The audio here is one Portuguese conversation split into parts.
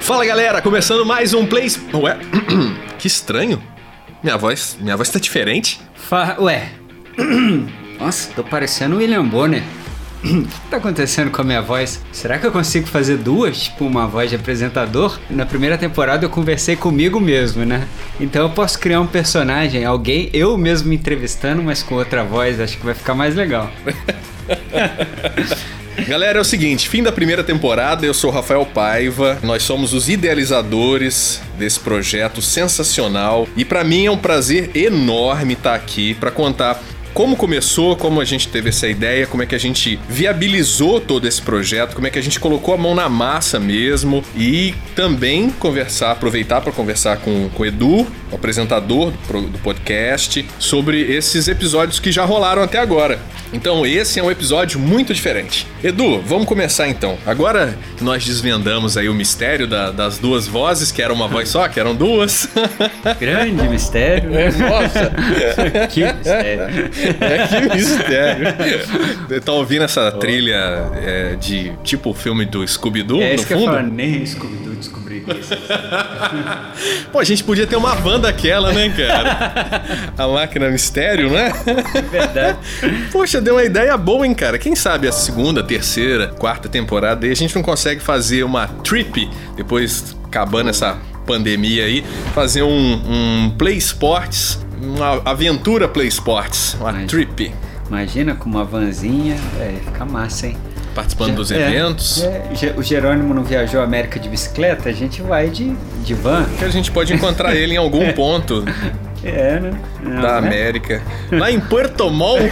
Fala galera, começando mais um Play... Ué, que estranho. Minha voz tá diferente. Ué. Nossa, tô parecendo o William Bonner. O que tá acontecendo com a minha voz? Será que eu consigo fazer duas? Tipo uma voz de apresentador? Na primeira temporada eu conversei comigo mesmo, né? Então eu posso criar um personagem, alguém, eu mesmo me entrevistando, mas com outra voz. Acho que vai ficar mais legal. Galera, é o seguinte, fim da primeira temporada, eu sou o Rafael Paiva, nós somos os idealizadores desse projeto sensacional e pra mim é um prazer enorme estar aqui pra contar como começou, como a gente teve essa ideia, como é que a gente viabilizou todo esse projeto, como é que a gente colocou a mão na massa mesmo e também aproveitar para conversar com o Edu, o apresentador do podcast, sobre esses episódios que já rolaram até agora. Então esse é um episódio muito diferente. Edu, vamos começar então. Agora nós desvendamos aí o mistério das duas vozes, que era uma voz só, que eram duas. Grande mistério. Nossa! Que mistério. Que mistério. Tá ouvindo essa trilha de tipo o filme do Scooby-Doo no isso fundo? Que eu falo, nem Scooby-Doo descobri isso. Pô, a gente podia ter uma van daquela, né, cara? A máquina mistério, né? É verdade. Poxa, deu uma ideia boa, hein, cara? Quem sabe a segunda, terceira, quarta temporada aí a gente não consegue fazer uma trip, depois acabando essa pandemia aí, fazer um Play Sports, uma aventura Play Sports, uma trip. Imagina com uma vanzinha, fica massa, hein? Participando dos eventos. O Jerônimo não viajou a América de bicicleta, a gente vai de van. Que a gente pode encontrar ele em algum ponto né? Da América. Lá em Puerto Montt.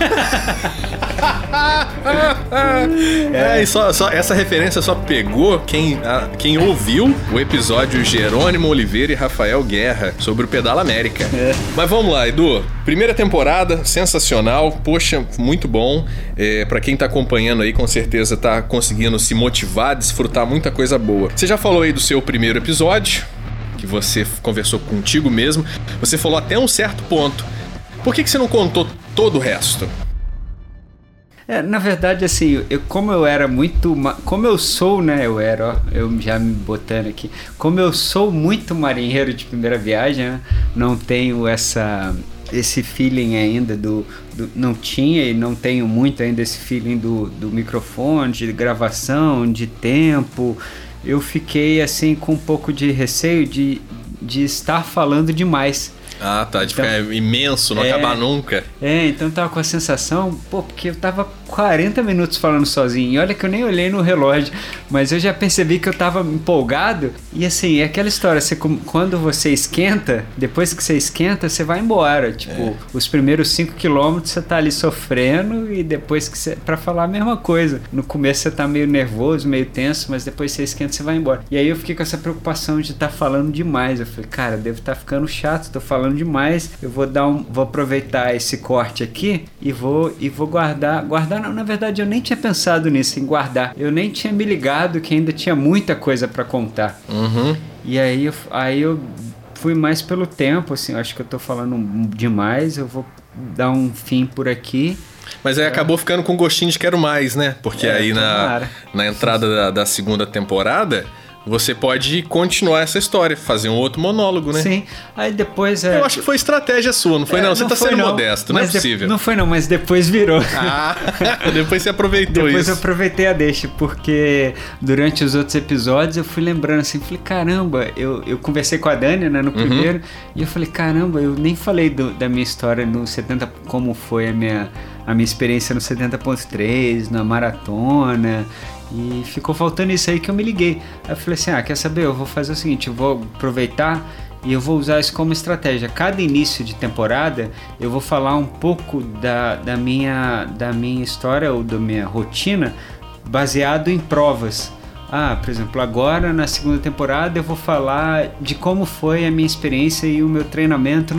E só essa referência só pegou quem ouviu o episódio Jerônimo Oliveira e Rafael Guerra sobre o Pedala América. Mas vamos lá, Edu. Primeira temporada, sensacional. Poxa, muito bom. Pra quem tá acompanhando aí, com certeza tá conseguindo se motivar, desfrutar muita coisa boa. Você já falou aí do seu primeiro episódio, que você conversou contigo mesmo. Você falou até um certo ponto. Por que você não contou todo o resto? Na verdade, assim, como eu sou, né, eu já me botando aqui, como eu sou muito marinheiro de primeira viagem, né, não tenho esse feeling ainda não tinha e não tenho muito ainda esse feeling do microfone, de gravação, de tempo. Eu fiquei assim com um pouco de receio de estar falando demais. Ah, tá, de ficar imenso, não acabar nunca. Então eu tava com a sensação, porque eu tava 40 minutos falando sozinho, e olha que eu nem olhei no relógio, mas eu já percebi que eu tava empolgado, e assim, é aquela história, quando você esquenta, depois que você esquenta, você vai embora, tipo, os primeiros 5 km você tá ali sofrendo, e depois que pra falar a mesma coisa, no começo você tá meio nervoso, meio tenso, mas depois você esquenta, você vai embora. E aí eu fiquei com essa preocupação de estar falando demais, eu falei, cara, devo estar ficando chato, tô falando demais, eu vou aproveitar esse corte aqui e vou guardar não, na verdade eu nem tinha pensado nisso, em guardar, eu nem tinha me ligado que ainda tinha muita coisa pra contar. E aí eu fui mais pelo tempo, assim, eu acho que eu tô falando demais, eu vou dar um fim por aqui. Mas aí acabou ficando com gostinho de quero mais, né? Porque aí na entrada da segunda temporada você pode continuar essa história, fazer um outro monólogo, né? Sim. Aí depois... Eu acho que foi estratégia sua, não foi não? Você tá sendo modesto, não é possível. Não foi não, mas depois virou. Depois você aproveitou depois eu aproveitei a deixa, porque durante os outros episódios eu fui lembrando assim, falei, caramba, eu conversei com a Dani, né, no primeiro, e eu falei, caramba, eu nem falei da minha história no 70, como foi a minha experiência no 70.3, na maratona. E ficou faltando isso aí que eu me liguei. Aí eu falei assim, quer saber? Eu vou fazer o seguinte, eu vou aproveitar e eu vou usar isso como estratégia. Cada início de temporada eu vou falar um pouco da minha história ou da minha rotina baseado em provas. Por exemplo, agora na segunda temporada eu vou falar de como foi a minha experiência e o meu treinamento no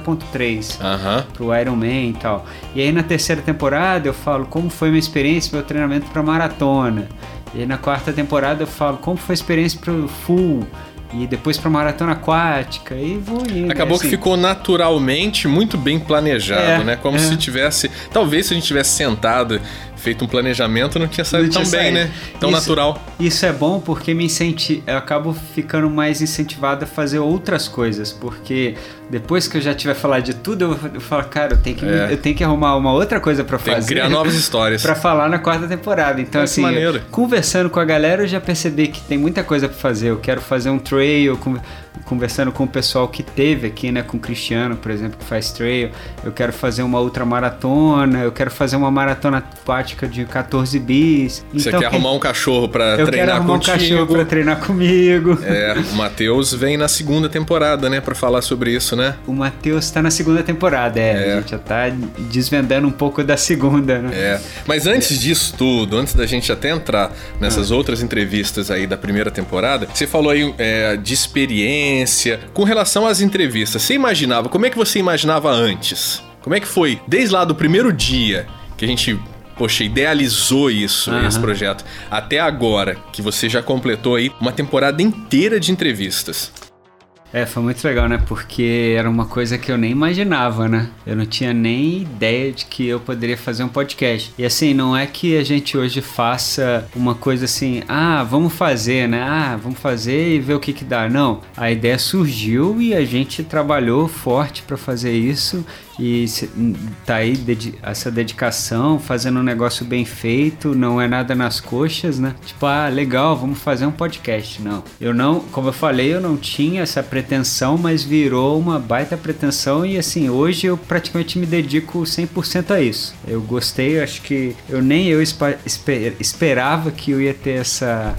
70.3 pro Ironman e tal. E aí na terceira temporada eu falo como foi a minha experiência e meu treinamento pra maratona. E aí na quarta temporada eu falo como foi a experiência pro full. E depois pra maratona aquática, e vou indo. Acabou assim, que ficou naturalmente muito bem planejado, né? Como se tivesse... Talvez se a gente tivesse sentado, feito um planejamento, não tinha saído tão bem, né? Tão natural. Isso é bom porque eu acabo ficando mais incentivado a fazer outras coisas, porque depois que eu já tiver falado de tudo, eu falo, cara, eu tenho que arrumar uma outra coisa pra fazer. Tem que criar novas histórias. Pra falar na 4ª temporada. Então, assim, conversando com a galera, eu já percebi que tem muita coisa pra fazer. Eu quero fazer um trail, conversando com o pessoal que teve aqui, né? Com o Cristiano, por exemplo, que faz trail. Eu quero fazer uma ultramaratona, eu quero fazer uma maratona aquática de 14 bis. Você quer arrumar um cachorro pra treinar contigo? Eu quero arrumar um cachorro pra treinar comigo. O Matheus vem na 2ª temporada, né? Pra falar sobre isso, né? O Matheus tá na 2ª temporada, A gente já tá desvendando um pouco da 2ª, né? Mas antes disso tudo, antes da gente até entrar nessas outras entrevistas aí da 1ª temporada, você falou aí de experiência. Com relação às entrevistas, como é que você imaginava antes? Como é que foi? Desde lá do primeiro dia que a gente, idealizou esse projeto, até agora, que você já completou aí uma temporada inteira de entrevistas. Foi muito legal, né? Porque era uma coisa que eu nem imaginava, né? Eu não tinha nem ideia de que eu poderia fazer um podcast. E assim, não é que a gente hoje faça uma coisa assim, vamos fazer, né? Vamos fazer e ver o que dá. Não, a ideia surgiu e a gente trabalhou forte para fazer isso. E tá aí essa dedicação, fazendo um negócio bem feito, não é nada nas coxas, né? Tipo, legal, vamos fazer um podcast. Não, como eu falei, eu não tinha essa pretensão, mas virou uma baita pretensão e assim, hoje eu praticamente me dedico 100% a isso. Eu gostei, acho que nem eu esperava que eu ia ter essa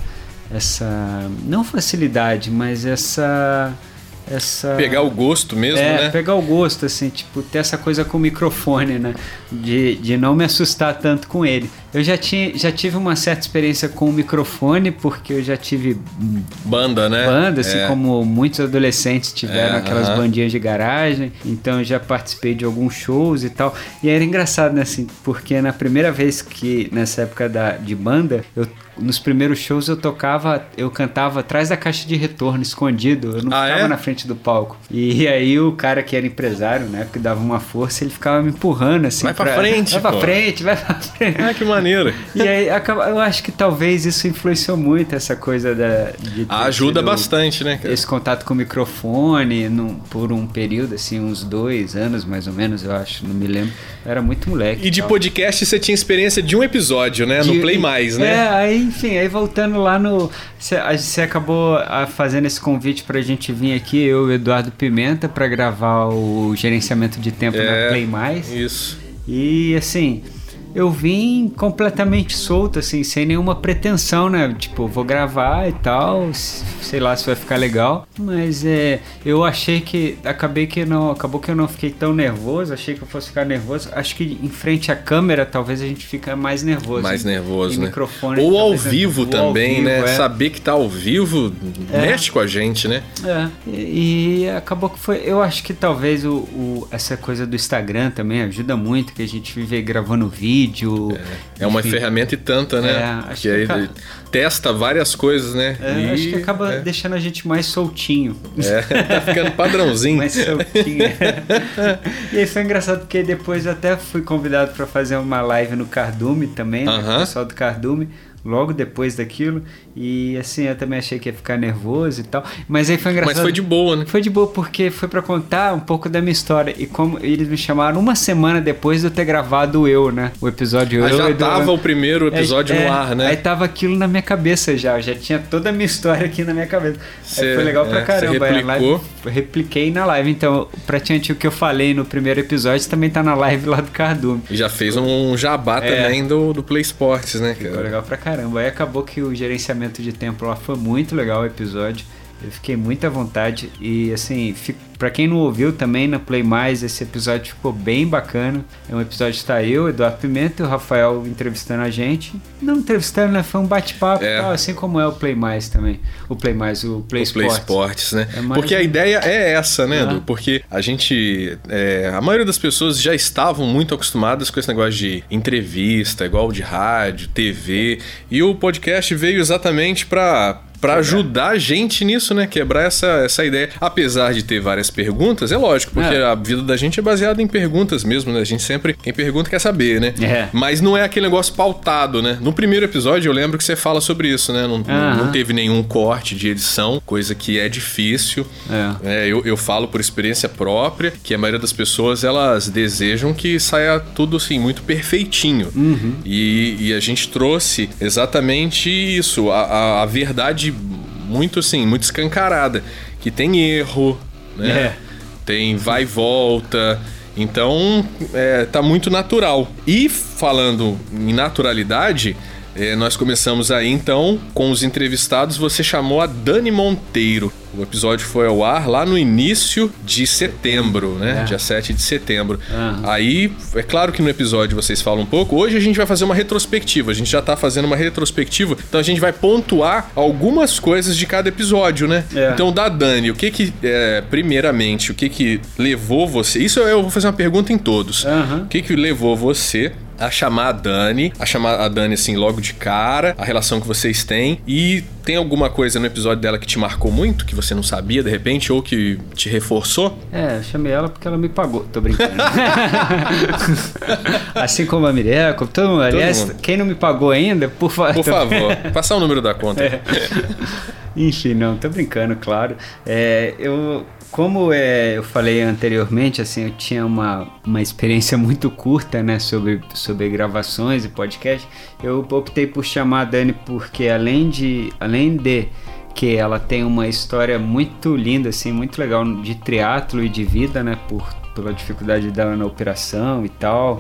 não facilidade, mas essa pegar o gosto mesmo, né? Pegar o gosto, assim, tipo, ter essa coisa com o microfone, né? De não me assustar tanto com ele. Eu já tive uma certa experiência com o microfone, porque eu já tive banda, né? Assim como muitos adolescentes tiveram aquelas bandinhas de garagem. Então eu já participei de alguns shows e tal. E era engraçado, né? Assim, porque na primeira vez nessa época de banda, nos primeiros shows eu cantava atrás da caixa de retorno, escondido. Eu não ficava na frente do palco. E aí o cara que era empresário, né, que dava uma força, ele ficava me empurrando assim. Vai pra frente, vai pra frente. Que maneiro. E aí eu acho que talvez isso influenciou muito essa coisa de ajuda bastante, né, cara? Esse contato com o microfone por um período, assim, uns 2 anos mais ou menos, eu acho, não me lembro. Eu era muito moleque. E de podcast você tinha experiência de um episódio, né? No Play Mais, né? Aí voltando lá você acabou fazendo esse convite pra gente vir aqui, eu e o Eduardo Pimenta, pra gravar o gerenciamento de tempo na Play Mais. Isso. E assim, eu vim completamente solto, assim, sem nenhuma pretensão, né? Tipo, vou gravar e tal, sei lá se vai ficar legal. Mas eu achei que... Acabou que eu não fiquei tão nervoso, achei que eu fosse ficar nervoso. Acho que em frente à câmera, talvez a gente fica mais nervoso. Mais nervoso, né? Microfone, ou ao vivo também, né? Saber que tá ao vivo mexe com a gente, né? E acabou que foi... Eu acho que talvez essa coisa do Instagram também ajuda muito, que a gente vive gravando vídeo. É uma ferramenta e tanta, né? Acho que aí testa várias coisas, né? Acho que acaba deixando a gente mais soltinho. Tá ficando padrãozinho. Mais soltinho. E aí foi engraçado porque depois eu até fui convidado para fazer uma live no Cardume também, né? Com o pessoal do Cardume. Logo depois daquilo. E assim, eu também achei que ia ficar nervoso e tal. Mas aí foi engraçado. Mas foi de boa, né? Foi de boa porque foi pra contar um pouco da minha história. E como eles me chamaram uma semana depois de eu ter gravado né? O episódio já tava o primeiro episódio no ar, né? Aí tava aquilo na minha cabeça já. Eu já tinha toda a minha história aqui na minha cabeça. Aí foi legal pra caramba. Você replicou? Eu repliquei na live. Então, praticamente o que eu falei no primeiro episódio também tá na live lá do Cardume. E já fez um jabá também do Play Sports, né? Ficou legal pra caramba. Aí acabou que o gerenciamento de tempo lá foi muito legal o episódio. Eu fiquei muito à vontade e assim, pra quem não ouviu também na Play Mais, esse episódio ficou bem bacana. É um episódio que tá eu, Eduardo Pimenta e o Rafael entrevistando a gente. Não entrevistando, né? Foi um bate-papo, assim como é o Play Mais também. O Play Mais, o Play Sports. Play Sports, né? Porque a ideia é essa, né, Edu? Porque a gente... a maioria das pessoas já estavam muito acostumadas com esse negócio de entrevista, igual de rádio, TV. E o podcast veio exatamente pra pra ajudar a gente nisso, né? Quebrar essa ideia. Apesar de ter várias perguntas, é lógico, porque a vida da gente é baseada em perguntas mesmo, né? A gente sempre, quem pergunta quer saber, né? Mas não é aquele negócio pautado, né? No primeiro episódio eu lembro que você fala sobre isso, né? Não teve nenhum corte de edição, coisa que é difícil. Eu falo por experiência própria que a maioria das pessoas, elas desejam que saia tudo assim, muito perfeitinho. E a gente trouxe exatamente isso, a verdade muito assim, muito escancarada, que tem erro, né? Tem vai e volta. Então, tá muito natural. E falando em naturalidade, nós começamos aí então com os entrevistados. Você chamou a Dani Monteiro. O episódio foi ao ar lá no início de setembro, né? Dia 7 de setembro. Aí, é claro que no episódio vocês falam um pouco. Hoje a gente vai fazer uma retrospectiva. A gente já tá fazendo uma retrospectiva. Então a gente vai pontuar algumas coisas de cada episódio, né? Então, da Dani, o que primeiramente, o que levou você... Isso eu vou fazer uma pergunta em todos. O que levou você a chamar a Dani, assim, logo de cara, a relação que vocês têm, e tem alguma coisa no episódio dela que te marcou muito, que você não sabia, de repente, ou que te reforçou? Eu chamei ela porque ela me pagou, tô brincando. Assim como a Mirella, como todo mundo. Aliás, quem não me pagou ainda, por favor. Por favor, passar o número da conta. Enfim, não, tô brincando, claro. Como eu falei anteriormente, assim, eu tinha uma experiência muito curta, né, sobre gravações e podcast. Eu optei por chamar a Dani porque além de que ela tem uma história muito linda, assim, muito legal de triatlo e de vida, né, pela dificuldade dela na operação e tal.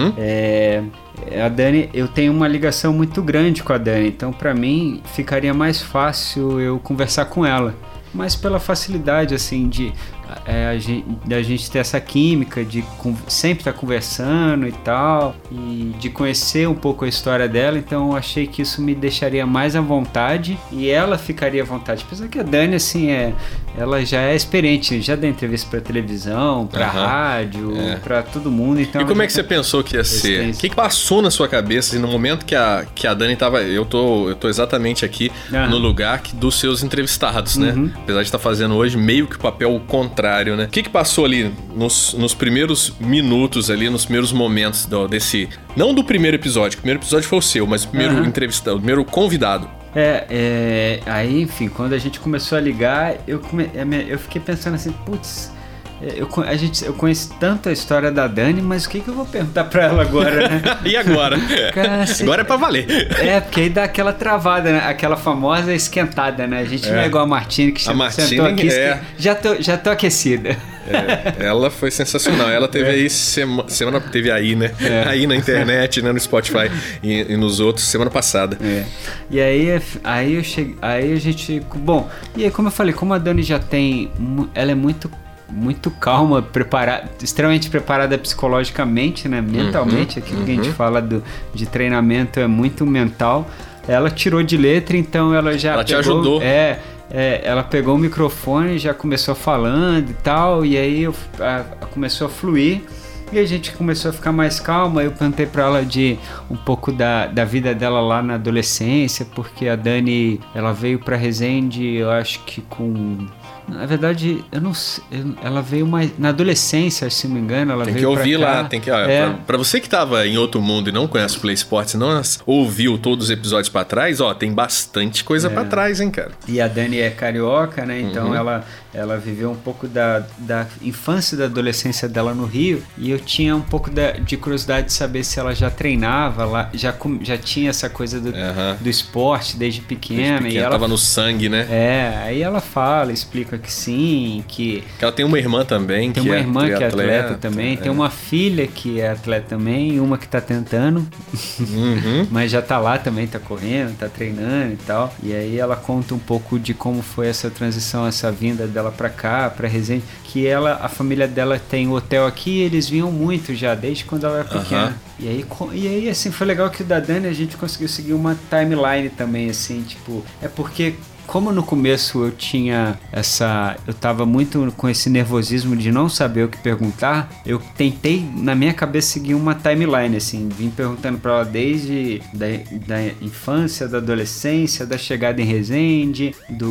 A Dani, eu tenho uma ligação muito grande com a Dani, então para mim ficaria mais fácil eu conversar com ela. Mas pela facilidade, assim, da gente ter essa química de sempre estar conversando e tal, e de conhecer um pouco a história dela, então eu achei que isso me deixaria mais à vontade e ela ficaria à vontade. Apesar que a Dani, assim, ela já é experiente, já dá entrevista pra televisão, pra rádio, pra todo mundo. Então, e como é que você pensou que ia ser? O que passou na sua cabeça, assim, no momento que a Dani tava... Eu tô exatamente aqui no lugar dos seus entrevistados, né? Apesar de estar fazendo hoje meio que o papel contrário, né? O que passou ali nos primeiros minutos ali, nos primeiros momentos desse... Não do primeiro episódio, que o primeiro episódio foi o seu, mas o primeiro entrevistado, o primeiro convidado. Aí, enfim, quando a gente começou a ligar, eu fiquei pensando assim, putz, eu conheço tanto a história da Dani, mas o que eu vou perguntar pra ela agora, né? E agora? Agora é pra valer. Porque aí dá aquela travada, né? Aquela famosa esquentada, né? A gente não é igual a Martine, que sentou aqui, já tô aquecida. Ela foi sensacional. Ela teve aí semana teve aí, né? Aí na internet, né? No Spotify e nos outros, semana passada. E aí eu cheguei, aí a gente... Bom, e aí como eu falei, como a Dani já tem... Ela é muito calma, extremamente preparada psicologicamente, né? Mentalmente, aquilo que a gente fala de treinamento é muito mental. Ela tirou de letra, então ela já te ajudou. Ela pegou o microfone, já começou falando e tal, e aí começou a fluir. E a gente começou a ficar mais calma. Eu perguntei pra ela de um pouco da vida dela lá na adolescência, porque a Dani, ela veio pra Resende, eu acho que com... Na verdade, eu não sei, ela veio na adolescência, se não me engano, ela veio pra cá. Tem que ouvir lá, tem que... Pra você que tava em outro mundo e não conhece o Play Sports, não ouviu todos os episódios pra trás, tem bastante coisa pra trás, hein, cara? E a Dani é carioca, né, então ela viveu um pouco da infância e da adolescência dela no Rio, e eu tinha um pouco de curiosidade de saber se ela já treinava lá, já tinha essa coisa do esporte desde pequena. E ela tava no sangue, né? Aí ela explica que sim, que ela tem uma irmã também, tem uma irmã que é atleta também, tem uma filha que é atleta também, uma que tá tentando, mas já tá lá também, tá correndo, tá treinando e tal. E aí ela conta um pouco de como foi essa transição, essa vinda dela pra cá, pra Resende, que a família dela tem um hotel aqui, eles vinham muito já, desde quando ela era pequena. E aí, assim, foi legal que o da Dani a gente conseguiu seguir uma timeline também, assim, tipo, porque como no começo eu tava muito com esse nervosismo de não saber o que perguntar, eu tentei na minha cabeça seguir uma timeline, assim, vim perguntando pra ela desde da infância, da adolescência, da chegada em Resende,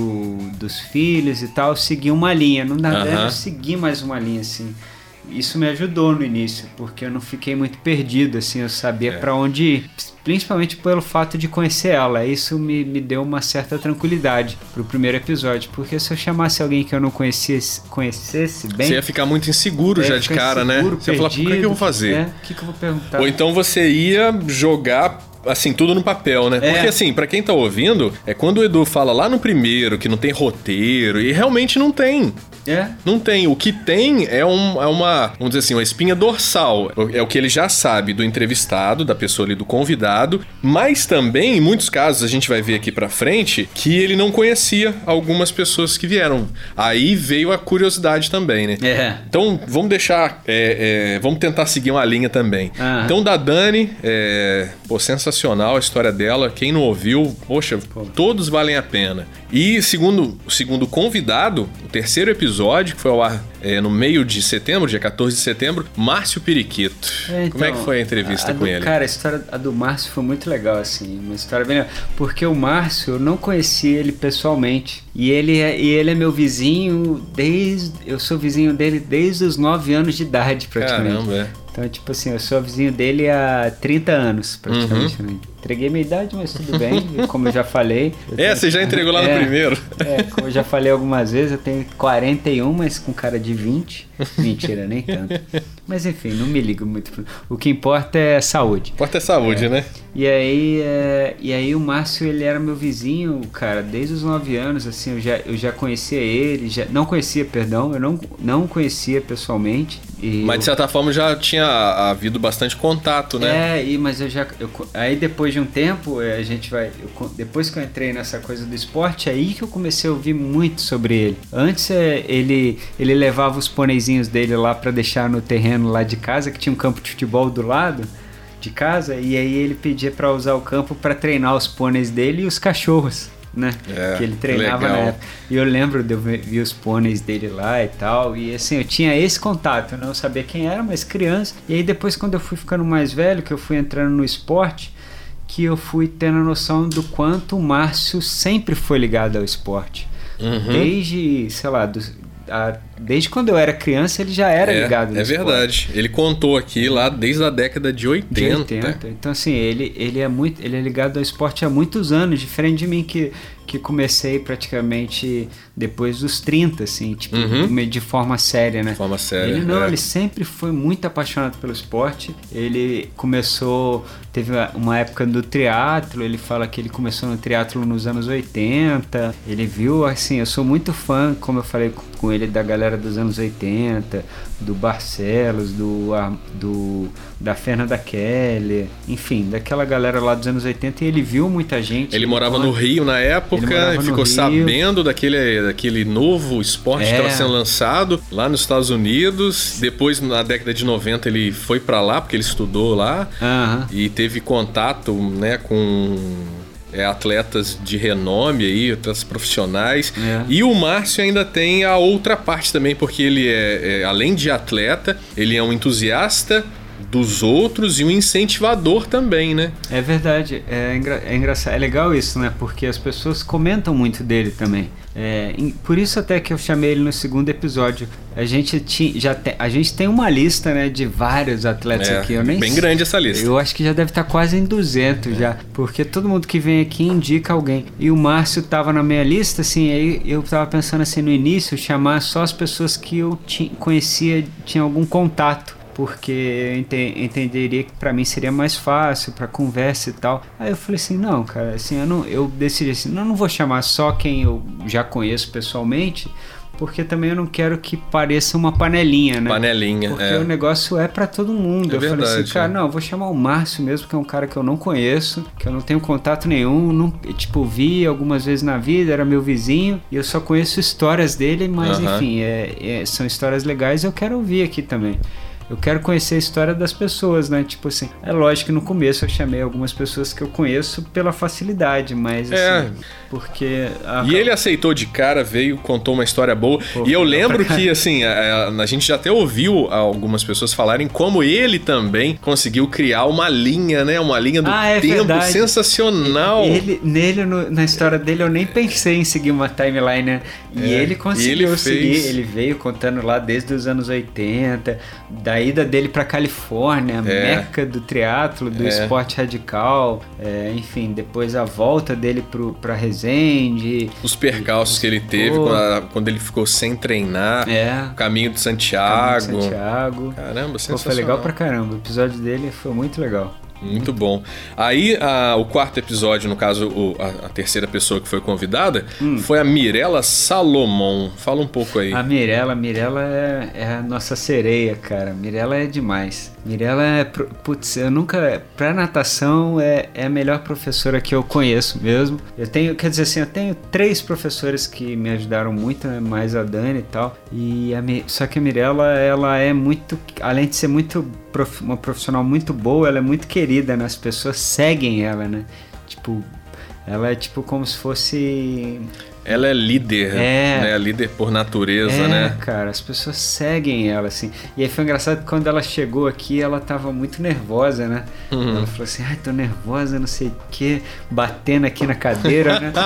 dos filhos e tal, segui uma linha, não dá eu segui mais uma linha, assim. Isso me ajudou no início, porque eu não fiquei muito perdido, assim, eu sabia pra onde ir, principalmente pelo fato de conhecer ela. Isso me deu uma certa tranquilidade pro primeiro episódio, porque se eu chamasse alguém que eu não conhecesse bem... Você ia ficar muito inseguro já de cara, inseguro, né? Você ia falar, por que eu vou fazer? O que eu vou perguntar? Ou então você ia jogar... assim, tudo no papel, né? Porque assim, pra quem tá ouvindo, quando o Edu fala lá no primeiro que não tem roteiro, e realmente não tem. Não tem. O que tem é uma, vamos dizer assim, uma espinha dorsal. É o que ele já sabe do entrevistado, da pessoa ali, do convidado, mas também, em muitos casos, a gente vai ver aqui pra frente, que ele não conhecia algumas pessoas que vieram. Aí veio a curiosidade também, né? Então, vamos deixar, vamos tentar seguir uma linha também. Então, da Dani, sensacional a história dela. Quem não ouviu, poxa, todos valem a pena. E segundo o convidado, o terceiro episódio, que foi ao ar no meio de setembro, dia 14 de setembro, Márcio Periquito. Então, como é que foi a entrevista com ele? Cara, a história do Márcio foi muito legal, assim, uma história bem legal, porque o Márcio, eu não conhecia ele pessoalmente, e ele é meu vizinho eu sou vizinho dele desde os 9 anos de idade, praticamente. Caramba, Então, tipo assim, eu sou vizinho dele há 30 anos, praticamente, né? Entreguei minha idade, mas tudo bem, como eu já falei. Você já entregou lá no primeiro. Como eu já falei algumas vezes, eu tenho 41, mas com cara de 20. Mentira, nem tanto. Mas enfim, não me ligo muito. O que importa é saúde. Importa é saúde, né? E aí o Márcio, ele era meu vizinho, cara, desde os 9 anos, assim, eu já conhecia ele, eu não conhecia pessoalmente. Mas de certa forma já tinha havido bastante contato, né? Mas aí depois de um tempo, depois que eu entrei nessa coisa do esporte, aí que eu comecei a ouvir muito sobre ele. Antes ele levava os pôneizinhos dele lá pra deixar no terreno lá de casa, que tinha um campo de futebol do lado de casa, e aí ele pedia pra usar o campo pra treinar os pôneis dele e os cachorros, né? Que ele treinava na época. E eu lembro de eu ver os pôneis dele lá e tal, e assim, eu tinha esse contato, eu não sabia quem era, mas criança. E aí depois, quando eu fui ficando mais velho, que eu fui entrando no esporte, que eu fui tendo a noção do quanto o Márcio sempre foi ligado ao esporte. Desde, sei lá, desde quando eu era criança, ele já era ligado no esporte. Verdade. Ele contou aqui lá desde a década de 80. Então, assim, ele é ligado ao esporte há muitos anos, diferente de mim que comecei praticamente depois dos 30, assim, tipo, de forma séria, né? De forma séria. Ele não, ele sempre foi muito apaixonado pelo esporte. Ele teve uma época do triatlo, ele fala que ele começou no triatlo nos anos 80. Ele viu, assim, eu sou muito fã, como eu falei com ele, da galera dos anos 80, do Barcelos, da Fernanda Keller, enfim, daquela galera lá dos anos 80, e ele viu muita gente. Ele morava no Rio na época, e ficou sabendo daquele novo esporte que estava sendo lançado lá nos Estados Unidos. Depois, na década de 90, ele foi para lá, porque ele estudou lá, e teve contato, né, com atletas de renome aí, atletas profissionais. E o Márcio ainda tem a outra parte também, porque ele além de atleta, ele é um entusiasta dos outros e um incentivador também, né? É verdade, é engraçado, é legal isso, né? Porque as pessoas comentam muito dele também. Por isso até que eu chamei ele no segundo episódio. A gente tem uma lista, né, de vários atletas aqui. Eu nem bem grande essa lista. Eu acho que já deve estar quase em 200 já, porque todo mundo que vem aqui indica alguém. E o Márcio tava na minha lista, assim, aí eu tava pensando assim no início, chamar só as pessoas que eu conhecia, tinha algum contato, porque eu entenderia que pra mim seria mais fácil, pra conversa e tal. Aí eu falei assim, não, cara, assim, eu decidi assim, não vou chamar só quem eu já conheço pessoalmente, porque também eu não quero que pareça uma panelinha, né? Porque o negócio é pra todo mundo. Verdade, falei assim, cara, não, eu vou chamar o Márcio mesmo, que é um cara que eu não conheço, que eu não tenho contato nenhum, vi algumas vezes na vida, era meu vizinho, e eu só conheço histórias dele, mas enfim, são histórias legais e eu quero ouvir aqui também. eu quero conhecer a história das pessoas, né? Tipo assim, é lógico que no começo eu chamei algumas pessoas que eu conheço pela facilidade, mas assim, porque... E ele aceitou de cara, veio, contou uma história boa. E eu lembro que, assim, a gente já até ouviu algumas pessoas falarem como ele também conseguiu criar uma linha, né? Uma linha do tempo verdade. Sensacional. Na história dele, eu nem pensei em seguir uma timeline, né? E ele conseguiu seguir. Ele veio contando lá desde os anos 80, da ida dele pra Califórnia, meca do triatlo, do esporte radical, enfim, depois a volta dele pra Resende. Os percalços que ele teve quando ele ficou sem treinar, o caminho de Santiago. Caramba, sensacional. Foi legal pra caramba, o episódio dele foi muito legal. Muito bom. Aí, o quarto episódio, no caso, a terceira pessoa que foi convidada, foi a Mirella Salomon. Fala um pouco aí. A Mirella é a nossa sereia, cara. Mirella é demais. Mirella é... Putz, eu nunca... Pra natação, é a melhor professora que eu conheço mesmo. Eu tenho 3 professores que me ajudaram muito, né? Mais a Dani e tal. Só que a Mirella, ela é muito... Além de ser uma profissional muito boa, ela é muito querida, né? As pessoas seguem ela, né? Tipo, ela é tipo como se fosse... Ela é líder, né? Líder por natureza, né? Cara, as pessoas seguem ela, assim. E aí foi engraçado que quando ela chegou aqui, ela tava muito nervosa, né? Ela falou assim, tô nervosa, não sei o quê, batendo aqui na cadeira, né?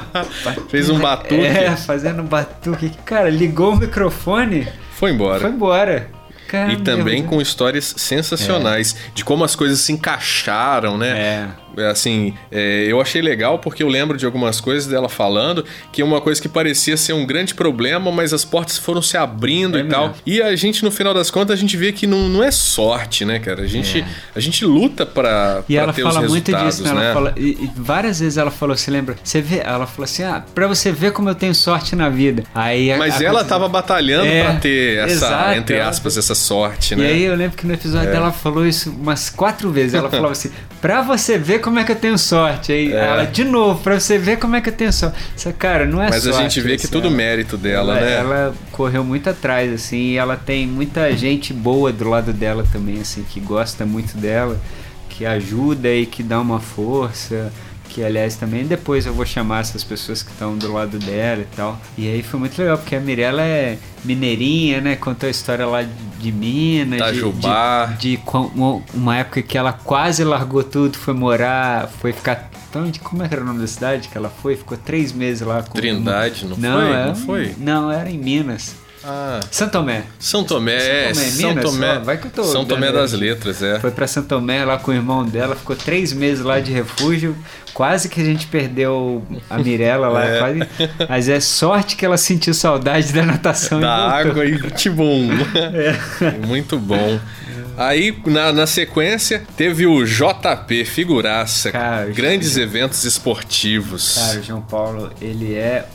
Fez um batuque. Fazendo um batuque. Cara, ligou o microfone. Foi embora. Caramba, e também com histórias sensacionais de como as coisas se encaixaram, né? Assim, eu achei legal porque eu lembro de algumas coisas dela falando que é uma coisa que parecia ser um grande problema, mas as portas foram se abrindo e tal. E a gente, no final das contas, a gente vê que não é sorte, né, cara? A gente luta pra ter os resultados, né? E ela fala muito disso, né? E várias vezes ela falou, você lembra? Ela falou assim, pra você ver como eu tenho sorte na vida. Mas ela tava batalhando pra ter essa, entre aspas, essa sorte, né? E aí eu lembro que no episódio dela falou isso umas 4 vezes. Ela falava assim, pra você ver como é que eu tenho sorte. Aí ela, de novo, pra você ver como é que eu tenho sorte. Cara, não é sorte. Mas a gente vê que tudo mérito dela, né? Ela correu muito atrás, assim, e ela tem muita gente boa do lado dela também, assim, que gosta muito dela, que ajuda e que dá uma força. Que, aliás, também depois eu vou chamar essas pessoas que estão do lado dela e tal. E aí foi muito legal, porque a Mirella é mineirinha, né? Contou a história lá de Minas. Itajubá. De uma época que ela quase largou tudo, foi ficar... Como é que era o nome da cidade que ela foi? Ficou 3 meses lá. Trindade, não foi? Não, era em Minas. São Tomé. São Tomé. Vai que eu tô São Tomé das Letras, Foi pra São Tomé lá com o irmão dela, ficou 3 meses lá de refúgio. Quase que a gente perdeu a Mirella lá, quase. Mas é sorte que ela sentiu saudade da natação da água e que bom. Muito bom. Aí, na sequência, teve o JP, figuraça, cara, grandes eventos esportivos. Cara, o João Paulo, ele é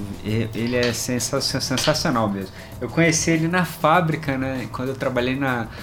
sensacional mesmo. Eu conheci ele na fábrica, né? Quando eu trabalhei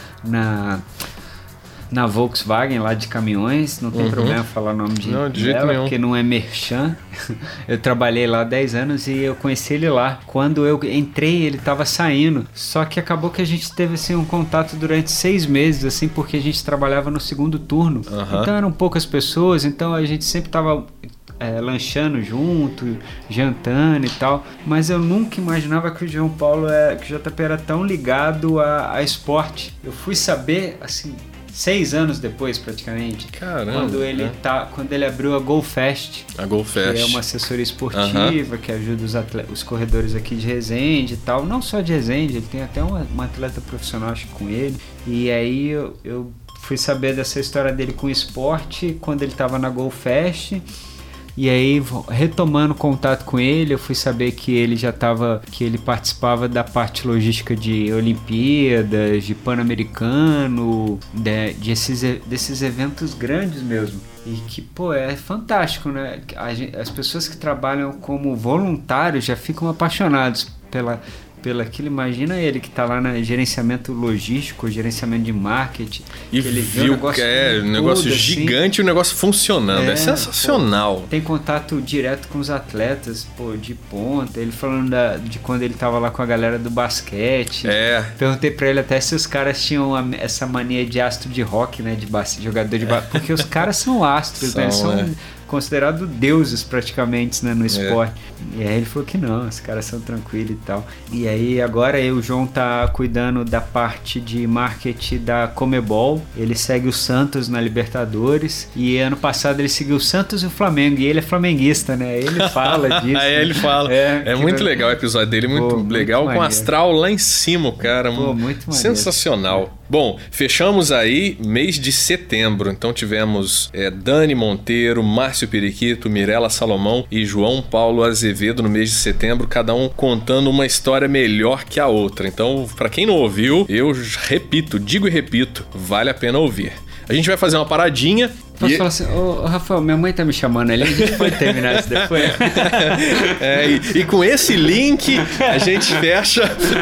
na Volkswagen lá de caminhões, não tem problema falar o nome dela, porque não é merchan. Eu trabalhei lá 10 anos e eu conheci ele lá. Quando eu entrei, ele tava saindo. Só que acabou que a gente teve assim, um contato durante 6 meses, assim, porque a gente trabalhava no segundo turno. Então eram poucas pessoas, então a gente sempre tava lanchando junto, jantando e tal, mas eu nunca imaginava que o João Paulo, que o JP era tão ligado a esporte. Eu fui saber, assim, 6 anos depois, praticamente. Caramba. Quando ele abriu a GoFest. Que é uma assessoria esportiva que ajuda os corredores aqui de Resende e tal. Não só de Resende, ele tem até uma atleta profissional, acho, com ele. E aí eu fui saber dessa história dele com o esporte quando ele estava na GoFest. E aí, retomando contato com ele, eu fui saber que ele participava da parte logística de Olimpíadas, de Pan-Americano, desses eventos grandes mesmo. E que, é fantástico, né? As pessoas que trabalham como voluntários já ficam apaixonados pelo aquilo, imagina ele que tá lá no gerenciamento logístico, gerenciamento de marketing. E ele viu que é um negócio gigante e o negócio funcionando. É sensacional. Pô, tem contato direto com os atletas, pô, de ponta. Ele falando de quando ele tava lá com a galera do basquete. Perguntei pra ele até se os caras tinham essa mania de astro de rock, né? De jogador de basquete. Porque os caras são astros, né? Eles são considerados deuses praticamente, né, no esporte. E aí ele falou que não, os caras são tranquilos e tal. E aí agora o João tá cuidando da parte de marketing da Comebol. Ele segue o Santos na Libertadores e ano passado ele seguiu o Santos e o Flamengo, e ele é flamenguista, né? Ele fala disso. Ele fala. É muito legal o episódio dele, muito legal, muito com astral lá em cima, cara. Muito sensacional. Bom, fechamos aí mês de setembro, então tivemos Dani Monteiro, Márcio Periquito, Mirela Salomão e João Paulo Azevedo no mês de setembro, cada um contando uma história melhor que a outra. Então, pra quem não ouviu, eu digo e repito, vale a pena ouvir. A gente vai fazer uma paradinha. Posso falar assim, Rafael, minha mãe tá me chamando ali, a gente pode terminar isso depois. E com esse link a gente fecha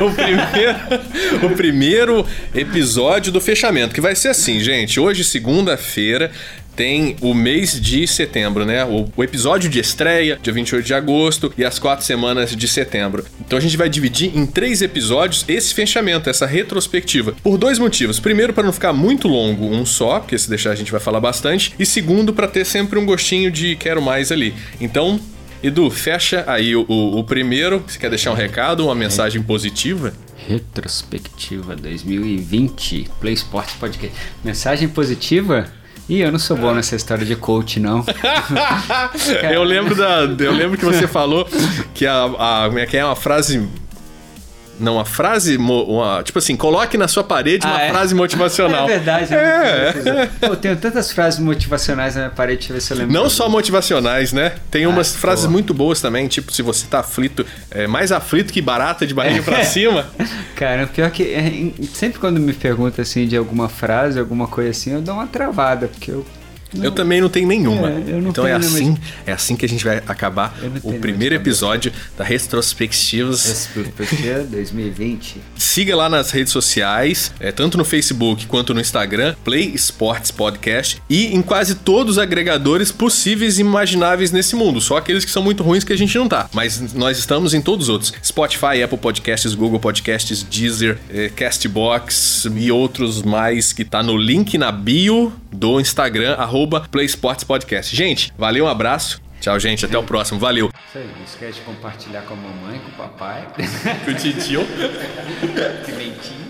o primeiro episódio do fechamento, que vai ser assim, gente. Hoje, segunda-feira, tem o mês de setembro, né? O episódio de estreia, dia 28 de agosto, e as 4 semanas de setembro. Então a gente vai dividir em 3 episódios esse fechamento, essa retrospectiva, por 2 motivos. Primeiro, para não ficar muito longo um só, porque se deixar a gente vai falar bastante. E segundo, para ter sempre um gostinho de quero mais ali. Então, Edu, fecha aí o primeiro. Você quer deixar um recado, uma mensagem positiva? Retrospectiva 2020, Play Sports Podcast. Mensagem positiva? Eu não sou bom nessa história de coach, não. Eu lembro que você falou que como é que é uma frase... Não, uma frase... tipo assim, coloque na sua parede uma frase motivacional. É verdade. Eu tenho tantas frases motivacionais na minha parede, deixa eu ver se eu lembro. Não só motivacionais, né? Tem umas frases muito boas também, tipo, se você tá aflito, mais aflito que barata de barriga pra cima. Cara, pior que sempre quando me perguntam assim de alguma frase, alguma coisa assim, eu dou uma travada, porque eu também não tenho nenhuma. Então é assim que a gente vai acabar o primeiro episódio da Retrospectivas 2020. Siga lá nas redes sociais, tanto no Facebook quanto no Instagram, Play Sports Podcast, e em quase todos os agregadores possíveis e imagináveis nesse mundo. Só aqueles que são muito ruins que a gente não tá. Mas nós estamos em todos os outros. Spotify, Apple Podcasts, Google Podcasts, Deezer, Castbox e outros mais que tá no link na bio do Instagram, Play Sports Podcast. Gente, valeu, um abraço. Tchau, gente. Até o próximo. Valeu. Isso aí. Não esquece de compartilhar com a mamãe, com o papai. Com o titio. Pimentinho.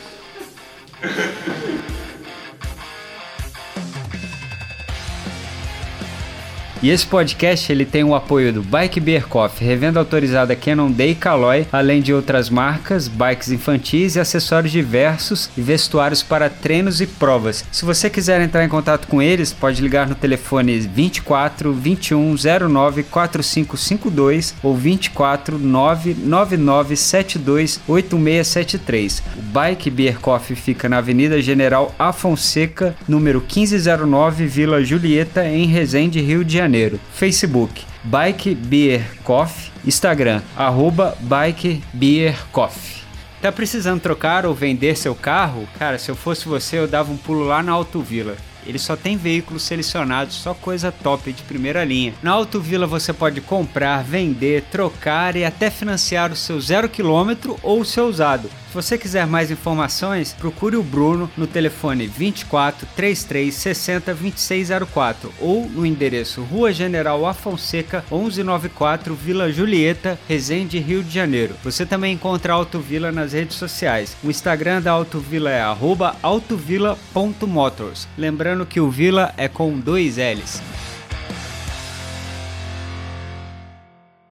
E esse podcast ele tem o apoio do Bike Beer Coffee, revenda autorizada Cannondale e Caloi, além de outras marcas, bikes infantis e acessórios diversos e vestuários para treinos e provas. Se você quiser entrar em contato com eles, pode ligar no telefone 24 21 09 4552 ou 24 999 72 8673. O Bike Beer Coffee fica na Avenida General Afonseca, número 1509, Vila Julieta, em Resende, Rio de Janeiro. Facebook, Bike Beer Coffee, Instagram, @Bike Beer Coffee. Tá precisando trocar ou vender seu carro? Cara, se eu fosse você, eu dava um pulo lá na Autovila. Ele só tem veículos selecionados, só coisa top de primeira linha. Na Autovila você pode comprar, vender, trocar e até financiar o seu 0 km ou o seu usado. Se você quiser mais informações, procure o Bruno no telefone 24 33 60 2604 ou no endereço Rua General Afonseca 1194, Vila Julieta, Resende, Rio de Janeiro. Você também encontra a Autovila nas redes sociais. O Instagram da Autovila é @autovila.motors. Lembrando que o Vila é com 2 L's.